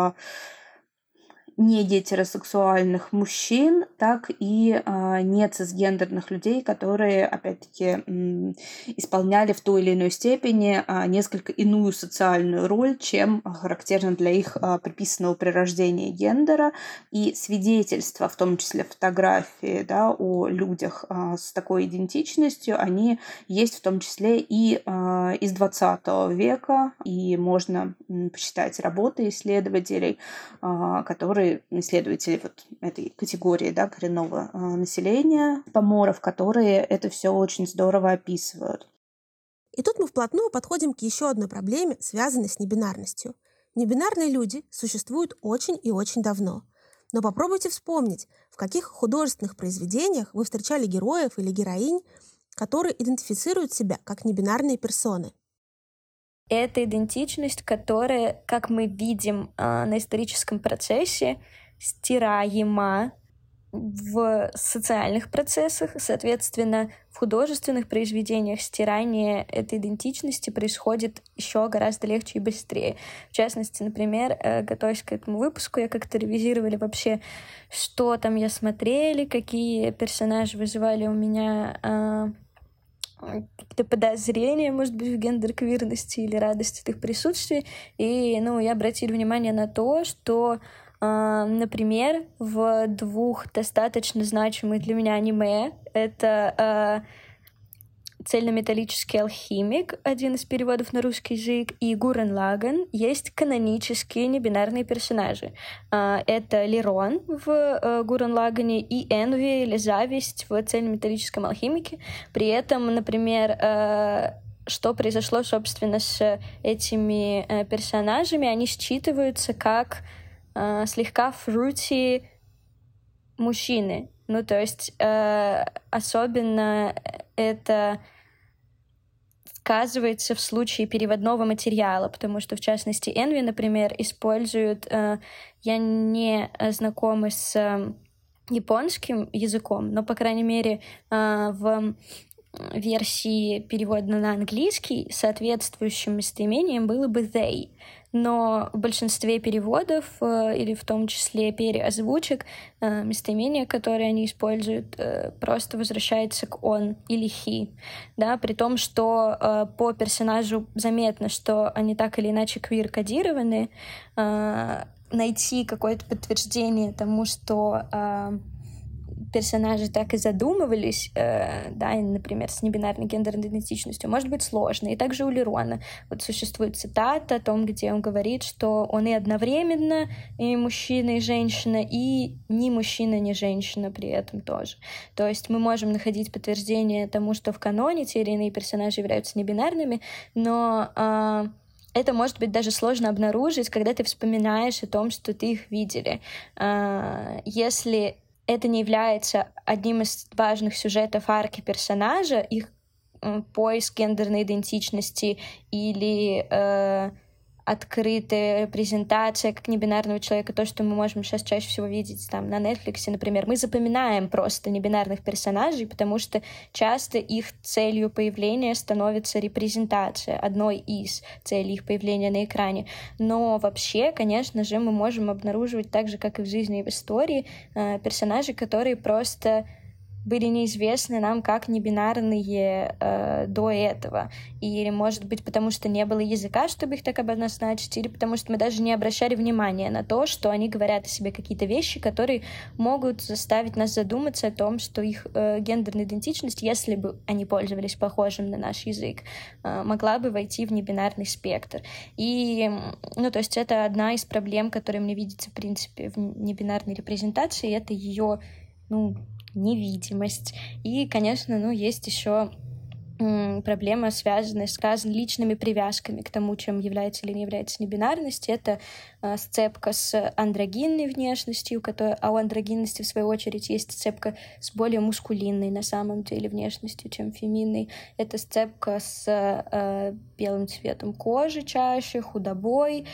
не гетеросексуальных мужчин, так и э, не цисгендерных людей, которые, опять-таки, м, исполняли в той или иной степени э, несколько иную социальную роль, чем характерно для их э, приписанного при рождении гендера. И свидетельства, в том числе фотографии, да, о людях э, с такой идентичностью, они есть в том числе и э, из двадцатого века, и можно м, почитать работы исследователей, э, которые исследователи вот этой категории, да, коренного э, населения, поморов, которые это все очень здорово описывают. И тут мы вплотную подходим к еще одной проблеме, связанной с небинарностью. Небинарные люди существуют очень и очень давно. Но попробуйте вспомнить, в каких художественных произведениях вы встречали героев или героинь, которые идентифицируют себя как небинарные персоны. Это идентичность, которая, как мы видим э, на историческом процессе, стираема в социальных процессах. Соответственно, в художественных произведениях стирание этой идентичности происходит еще гораздо легче и быстрее. В частности, например, э, готовясь к этому выпуску, я как-то ревизировали вообще, что там я смотрели, какие персонажи вызывали у меня Э, какие-то подозрения, может быть, в гендер-квирности или радости от их присутствия. И, ну, я обратила внимание на то, что, э, например, в двух достаточно значимых для меня аниме, это э, «Цельнометаллический алхимик», один из переводов на русский язык, и «Гуррен Лаганн» есть канонические небинарные персонажи. Это Лерон в «Гуррен Лаганне» и Энви или Зависть в «Цельнометаллическом алхимике». При этом, например, что произошло, собственно, с этими персонажами, они считываются как слегка фрути мужчины. Ну, то есть особенно это сказывается в случае переводного материала, потому что, в частности, Энви, например, используют... Э, я не знакома с э, японским языком, но, по крайней мере, э, в версии перевода на английский соответствующим местоимением было бы «they». Но в большинстве переводов, э, или в том числе переозвучек, э, местоимение, которое они используют, э, просто возвращается к «он» или «he». Да? При том, что э, по персонажу заметно, что они так или иначе квир-кодированы. Э, найти какое-то подтверждение тому, что э, персонажи так и задумывались, э, да, например, с небинарной гендерной идентичностью, может быть сложно. И также у Лерона вот существует цитата о том, где он говорит, что он и одновременно и мужчина, и женщина, и ни мужчина, ни женщина при этом тоже. То есть мы можем находить подтверждение тому, что в каноне те или иные персонажи являются небинарными, но э, это может быть даже сложно обнаружить, когда ты вспоминаешь о том, что ты их видели. Э, если это не является одним из важных сюжетов арки персонажа, их э, поиск гендерной идентичности или э, открытая презентация как небинарного человека, то, что мы можем сейчас чаще всего видеть там, на Netflix, например. Мы запоминаем просто небинарных персонажей, потому что часто их целью появления становится репрезентация, одной из целей их появления на экране. Но вообще, конечно же, мы можем обнаруживать так же, как и в жизни и в истории, персонажи, которые просто были неизвестны нам как небинарные э, до этого. Или, может быть, потому что не было языка, чтобы их так обозначить, или потому что мы даже не обращали внимания на то, что они говорят о себе какие-то вещи, которые могут заставить нас задуматься о том, что их э, гендерная идентичность, если бы они пользовались похожим на наш язык, э, могла бы войти в небинарный спектр. И, ну, то есть это одна из проблем, которая мне видится, в принципе, в небинарной репрезентации, это ее, ну, невидимость. И, конечно, ну, есть еще м, проблема, связанная с разными личными привязками к тому, чем является или не является небинарность. Это э, сцепка с андрогинной внешностью, которая, а у андрогинности, в свою очередь, есть сцепка с более мускулинной, на самом деле, внешностью, чем феминной. Это сцепка с э, белым цветом кожи чаще, худобой.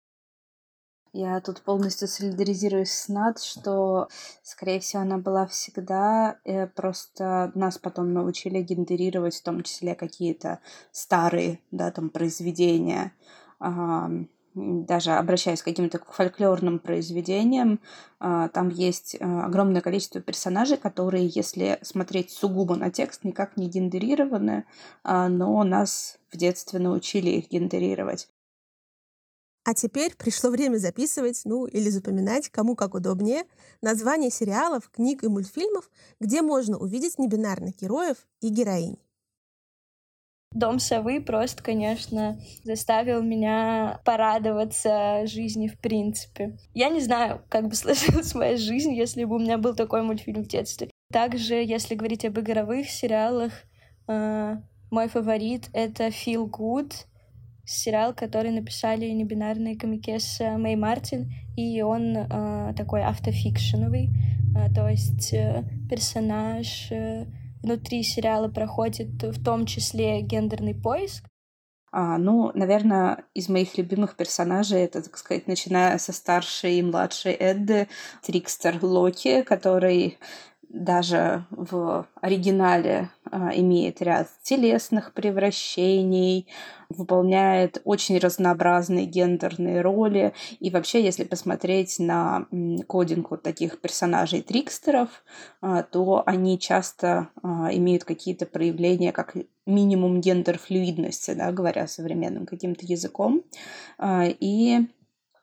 Я тут полностью солидаризируюсь с Над, что, скорее всего, она была всегда, э, просто нас потом научили гендерировать, в том числе какие-то старые, да, там, произведения. А, даже обращаясь к каким-то фольклорным произведениям, а, там есть а, огромное количество персонажей, которые, если смотреть сугубо на текст, никак не гендерированы, а, но нас в детстве научили их гендерировать. А теперь пришло время записывать, ну или запоминать, кому как удобнее, названия сериалов, книг и мультфильмов, где можно увидеть небинарных героев и героинь. «Дом совы» просто, конечно, заставил меня порадоваться жизни в принципе. Я не знаю, как бы сложилась моя жизнь, если бы у меня был такой мультфильм в детстве. Также, если говорить об игровых сериалах, э, мой фаворит — это «Feel Good», сериал, который написали небинарные комикесса Мэй Мартин, и он э, такой автофикшеновый, э, то есть э, персонаж э, внутри сериала проходит в том числе гендерный поиск. А, ну, наверное, из моих любимых персонажей это, так сказать, начиная со старшей и младшей Эдды, Трикстер Локи, который даже в оригинале а, имеет ряд телесных превращений, выполняет очень разнообразные гендерные роли. И вообще, если посмотреть на м, кодинг вот таких персонажей Трикстеров, а, то они часто а, имеют какие-то проявления, как минимум гендер-флюидности, да, говоря современным каким-то языком. А, и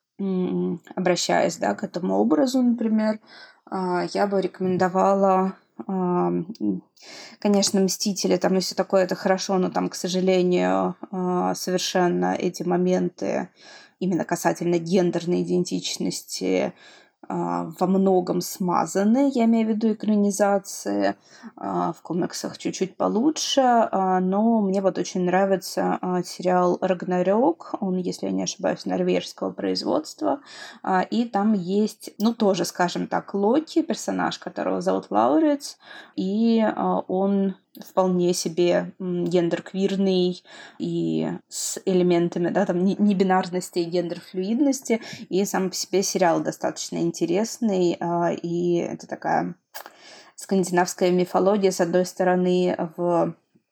м, обращаясь, да, к этому образу, например, а, я бы рекомендовала Конечно, «Мстители» там и все такое, это хорошо, но там, к сожалению, совершенно эти моменты именно касательно гендерной идентичности во многом смазаны, я имею в виду экранизации, в комиксах чуть-чуть получше, но мне вот очень нравится сериал «Рагнарёк», он, если я не ошибаюсь, норвежского производства, и там есть, ну, тоже, скажем так, Локи, персонаж, которого зовут Лаурец, и он вполне себе гендерквирный и с элементами, да, там, небинарности и гендерфлюидности, и сам по себе сериал достаточно интересный, и это такая скандинавская мифология, с одной стороны, в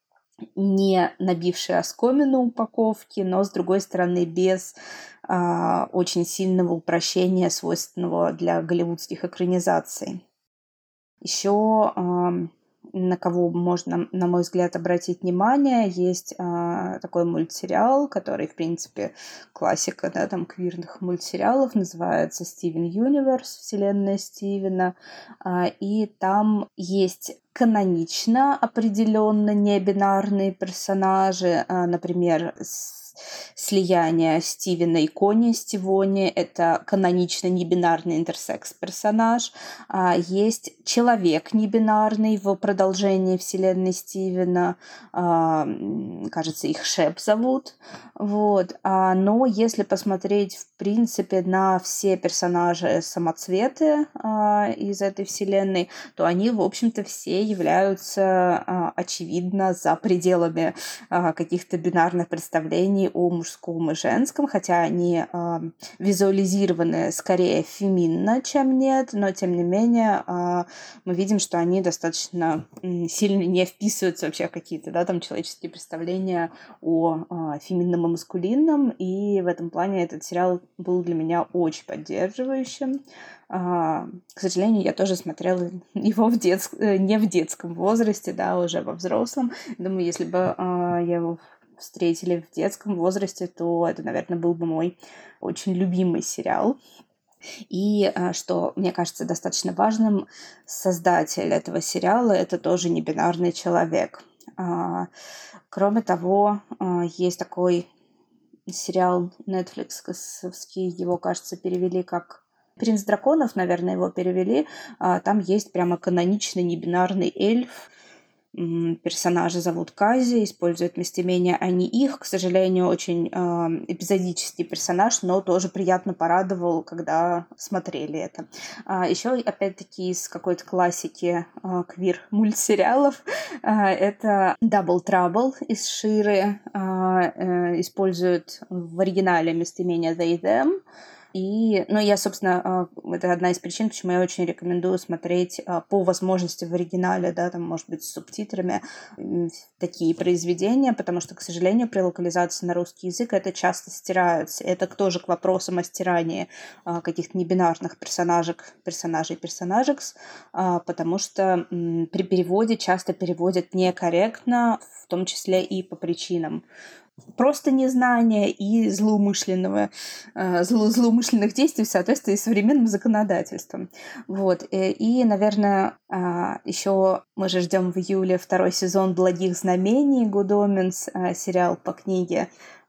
не набившей оскомину упаковки, но, с другой стороны, без а, очень сильного упрощения, свойственного для голливудских экранизаций. Еще а, на кого можно, на мой взгляд, обратить внимание, есть а, такой мультсериал, который, в принципе, классика, да, там, квирных мультсериалов, называется «Стивен Юниверс», вселенная Стивена, а, и там есть канонично определенно небинарные персонажи, а, например, слияние Стивена и Кони Стивони, это канонично небинарный интерсекс-персонаж. А, есть человек небинарный в продолжении вселенной Стивена, а, кажется, их Шеп зовут. Вот. А, но если посмотреть, в принципе, на все персонажи самоцветы а, из этой вселенной, то они, в общем-то, все являются, а, очевидно, за пределами а, каких-то бинарных представлений о мужском и женском, хотя они э, визуализированы скорее феминно, чем нет, но тем не менее э, мы видим, что они достаточно э, сильно не вписываются вообще в какие-то, да, там, человеческие представления о э, феминном и маскулинном, и в этом плане этот сериал был для меня очень поддерживающим. Uh, к сожалению, я тоже смотрела его в детс... не в детском возрасте, да, уже во взрослом. Думаю, если бы uh, я его встретили в детском возрасте, то это, наверное, был бы мой очень любимый сериал. И что, мне кажется, достаточно важным, создатель этого сериала — это тоже небинарный человек. Uh, кроме того, uh, есть такой сериал Netflix, его, кажется, перевели как «Принц драконов», наверное, его перевели. Там есть прямо каноничный небинарный эльф. Персонажа зовут Кази, используют местоимения «они», «их». К сожалению, очень эпизодический персонаж, но тоже приятно порадовал, когда смотрели это. Еще, опять-таки, из какой-то классики квир-мультсериалов это «Double Trouble» из Ширы. Используют в оригинале местоимения «they», «them». И, ну, я, собственно, это одна из причин, почему я очень рекомендую смотреть по возможности в оригинале, да, там, может быть, с субтитрами такие произведения, потому что, к сожалению, при локализации на русский язык это часто стирается. Это тоже к вопросам о стирании каких-то небинарных персонажек, персонажей, персонажекс, потому что при переводе часто переводят некорректно, в том числе и по причинам просто незнания и злоумышленного, зло, злоумышленных действий в соответствии с современным законодательством. Вот. И, наверное, еще мы же ждем в июле второй сезон «Благих знамений», Good Omens, сериал по книге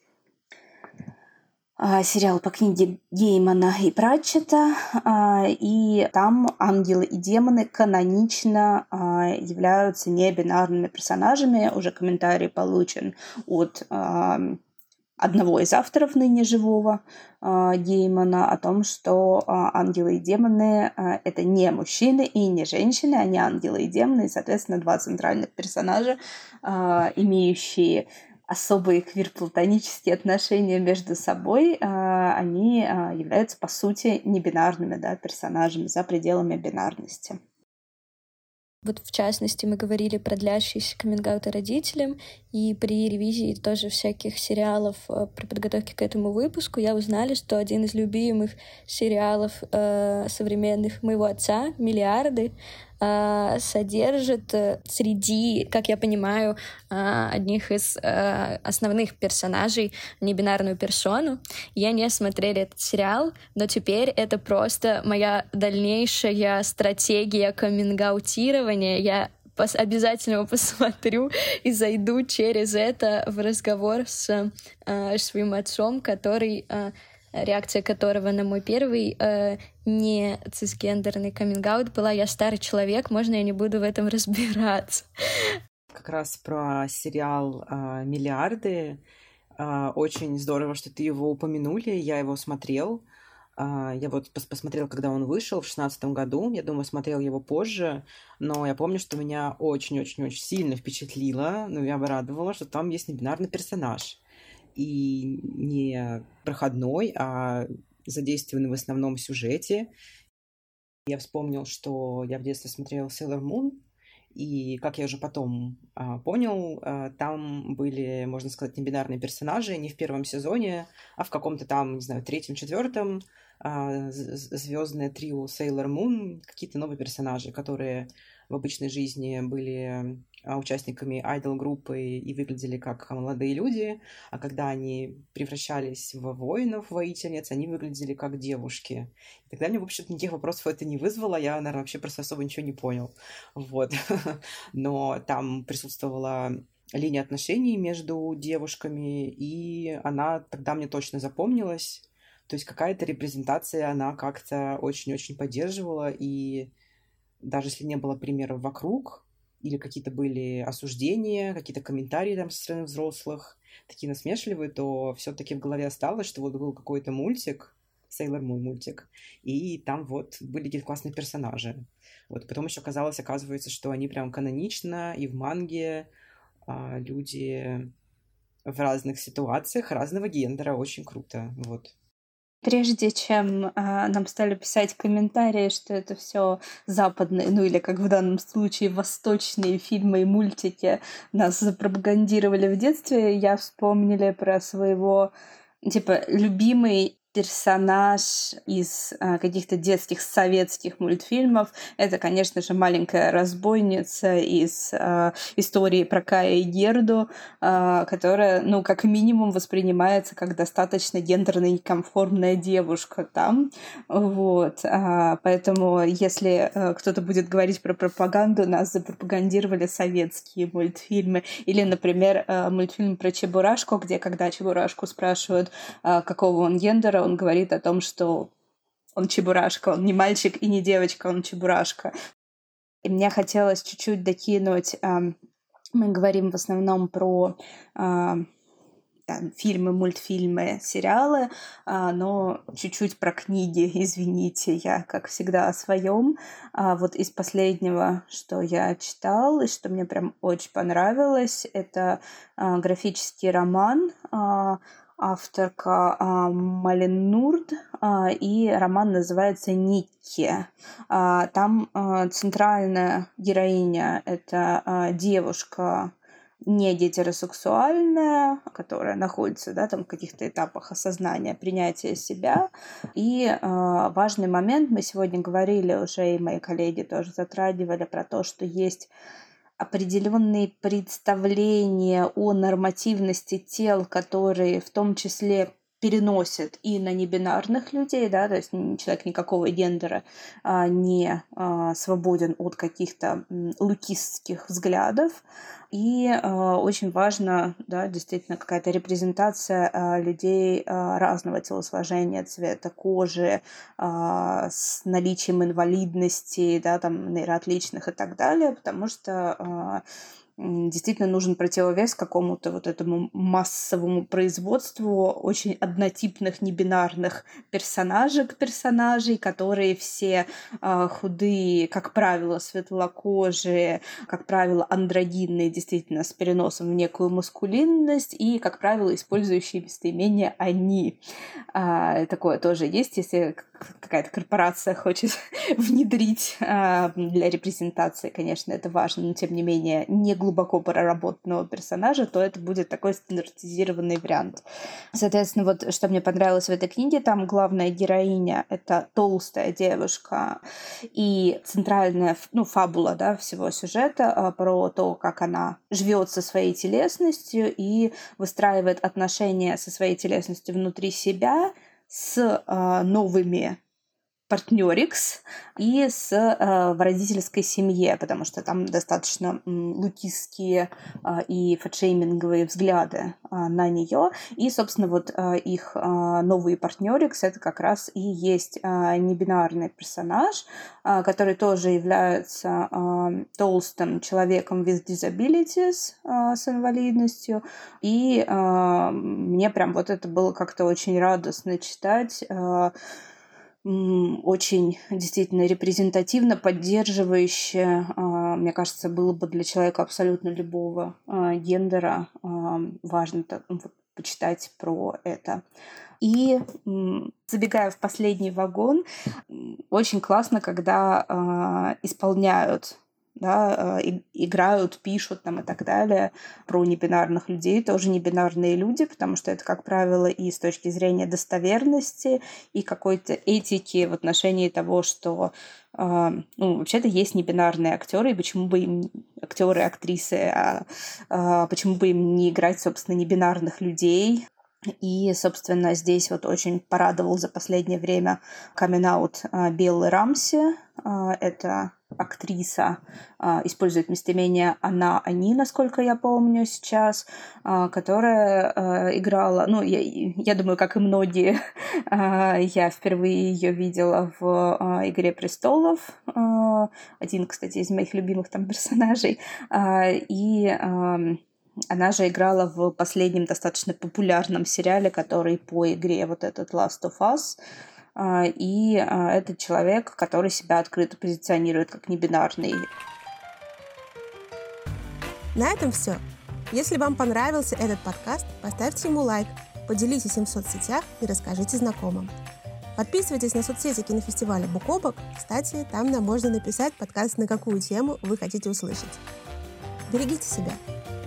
сериал по книге Геймана и Пратчета, и там ангелы и демоны канонично являются небинарными персонажами. Уже комментарий получен от одного из авторов ныне живого Геймана о том, что ангелы и демоны — это не мужчины и не женщины, они ангелы и демоны, и, соответственно, два центральных персонажа, имеющие особые квир-платонические отношения между собой, они являются, по сути, небинарными, да, персонажами за пределами бинарности. Вот в частности мы говорили про длящиеся каминг-ауты родителям, и при ревизии тоже всяких сериалов при подготовке к этому выпуску я узнала, что один из любимых сериалов э, современных моего отца, «Миллиарды», э, содержит э, среди, как я понимаю, э, одних из э, основных персонажей небинарную персону. Я не смотрела этот сериал, но теперь это просто моя дальнейшая стратегия каминг-аутирования. Я пос- обязательно его посмотрю и зайду через это в разговор с э, своим отцом, который... Э, реакция которого на мой первый э, не цисгендерный каминг-аут была: «Я старый человек, можно я не буду в этом разбираться?» Как раз про сериал а, «Миллиарды». А, очень здорово, что ты его упомянули. Я его смотрел. А, я вот пос- посмотрел, когда он вышел в шестнадцатом году. Я думаю, смотрел его позже. Но я помню, что меня очень-очень-очень сильно впечатлило, ну, я обрадовала, что там есть небинарный персонаж. И не проходной, а задействованный в основном сюжете. Я вспомнил, что я в детстве смотрел Sailor Moon, и, как я уже потом а, понял, а, там были, можно сказать, небинарные персонажи не в первом сезоне, а в каком-то там, не знаю, третьем, четвертом, а, звездное трио Sailor Moon, какие-то новые персонажи, которые в обычной жизни были а, участниками айдол-группы и выглядели как молодые люди, а когда они превращались в воинов, воительниц, они выглядели как девушки. И тогда мне, в общем-то, никаких вопросов это не вызвало, я, наверное, вообще просто особо ничего не понял. Вот. Но там присутствовала линия отношений между девушками, и она тогда мне точно запомнилась. То есть какая-то репрезентация она как-то очень-очень поддерживала, и даже если не было примеров вокруг, или какие-то были осуждения, какие-то комментарии там со стороны взрослых, такие насмешливые, то все-таки в голове осталось, что вот был какой-то мультик, Sailor Moon мультик, и там вот были какие-то классные персонажи. Вот потом еще казалось, оказывается, что они прям канонично и в манге а, люди в разных ситуациях разного гендера. Очень круто. Вот. Прежде чем а, нам стали писать комментарии, что это все западные, ну или как в данном случае восточные фильмы и мультики нас запропагандировали в детстве, я вспомнила про своего, типа, любимый персонаж из а, каких-то детских советских мультфильмов. Это, конечно же, маленькая разбойница из а, истории про Кая и Герду, а, которая, ну, как минимум воспринимается как достаточно гендерно неконформная девушка там. Вот. А, поэтому, если а, кто-то будет говорить про пропаганду, нас запропагандировали советские мультфильмы. Или, например, а, мультфильм про Чебурашку, где, когда Чебурашку спрашивают, а, какого он гендера, он говорит о том, что он чебурашка, он не мальчик и не девочка, он чебурашка. И мне хотелось чуть-чуть докинуть. Э, мы говорим в основном про э, там, фильмы, мультфильмы, сериалы, э, но чуть-чуть про книги, извините, я, как всегда, о своем. А вот из последнего, что я читал и что мне прям очень понравилось, это э, графический роман э, авторка а, Малин Нурд, а, и роман называется «Никки». А, там а, центральная героиня — это а, девушка не гетеросексуальная, которая находится, да, там в каких-то этапах осознания, принятия себя. И а, важный момент, мы сегодня говорили уже, и мои коллеги тоже затрагивали про то, что есть определенные представления о нормативности тел, которые в том числе переносят и на небинарных людей, да, то есть человек никакого гендера а, не а, свободен от каких-то лукистских взглядов. И э, очень важно, да, действительно, какая-то репрезентация э, людей э, разного телосложения, цвета кожи, э, с наличием инвалидности, да, там, нейроотличных и так далее, потому что э, действительно нужен противовес какому-то вот этому массовому производству очень однотипных небинарных персонажек, персонажей, которые все э, худые, как правило, светлокожие, как правило, андрогинные, действительно, с переносом в некую маскулинность и, как правило, использующие местоимение «они». А, такое тоже есть, если какая-то корпорация хочет внедрить а, для репрезентации, конечно, это важно, но, тем не менее, не глубоко проработанного персонажа, то это будет такой стандартизированный вариант. Соответственно, вот что мне понравилось в этой книге, там главная героиня — это толстая девушка, и центральная, ну, фабула, да, всего сюжета про то, как она живет со своей телесностью и выстраивает отношения со своей телесностью внутри себя с э, новыми партнерикс и с э, в родительской семье, потому что там достаточно м, лукистские э, и фэтшейминговые взгляды э, на нее. И, собственно, вот э, их э, новые партнерикс — это как раз и есть э, небинарный персонаж, э, который тоже является э, толстым человеком with disabilities, э, с инвалидностью. И э, мне прям вот это было как-то очень радостно читать, э, очень действительно репрезентативно, поддерживающе. Мне кажется, было бы для человека абсолютно любого гендера важно почитать про это. И, забегая в последний вагон, очень классно, когда исполняют, да, играют, пишут там и так далее про небинарных людей, тоже небинарные люди, потому что это, как правило, и с точки зрения достоверности, и какой-то этики в отношении того, что э, ну, вообще-то есть небинарные актеры, и почему бы им, актеры, актрисы, а, а почему бы им не играть, собственно, небинарных людей. И, собственно, здесь вот очень порадовал за последнее время камин-аут Беллы Рамси. Это актриса, использует местоимение «она», «они», насколько я помню сейчас, которая играла, ну, я, я думаю, как и многие, я впервые ее видела в «Игре престолов». Один, кстати, из моих любимых там персонажей. И она же играла в последнем достаточно популярном сериале, который по игре вот этот Last of Us. И это человек, который себя открыто позиционирует как небинарный. На этом все. Если вам понравился этот подкаст, поставьте ему лайк, поделитесь им в соцсетях и расскажите знакомым. Подписывайтесь на соцсети кинофестиваля «Букобок». Кстати, там нам можно написать подкаст, на какую тему вы хотите услышать. Берегите себя.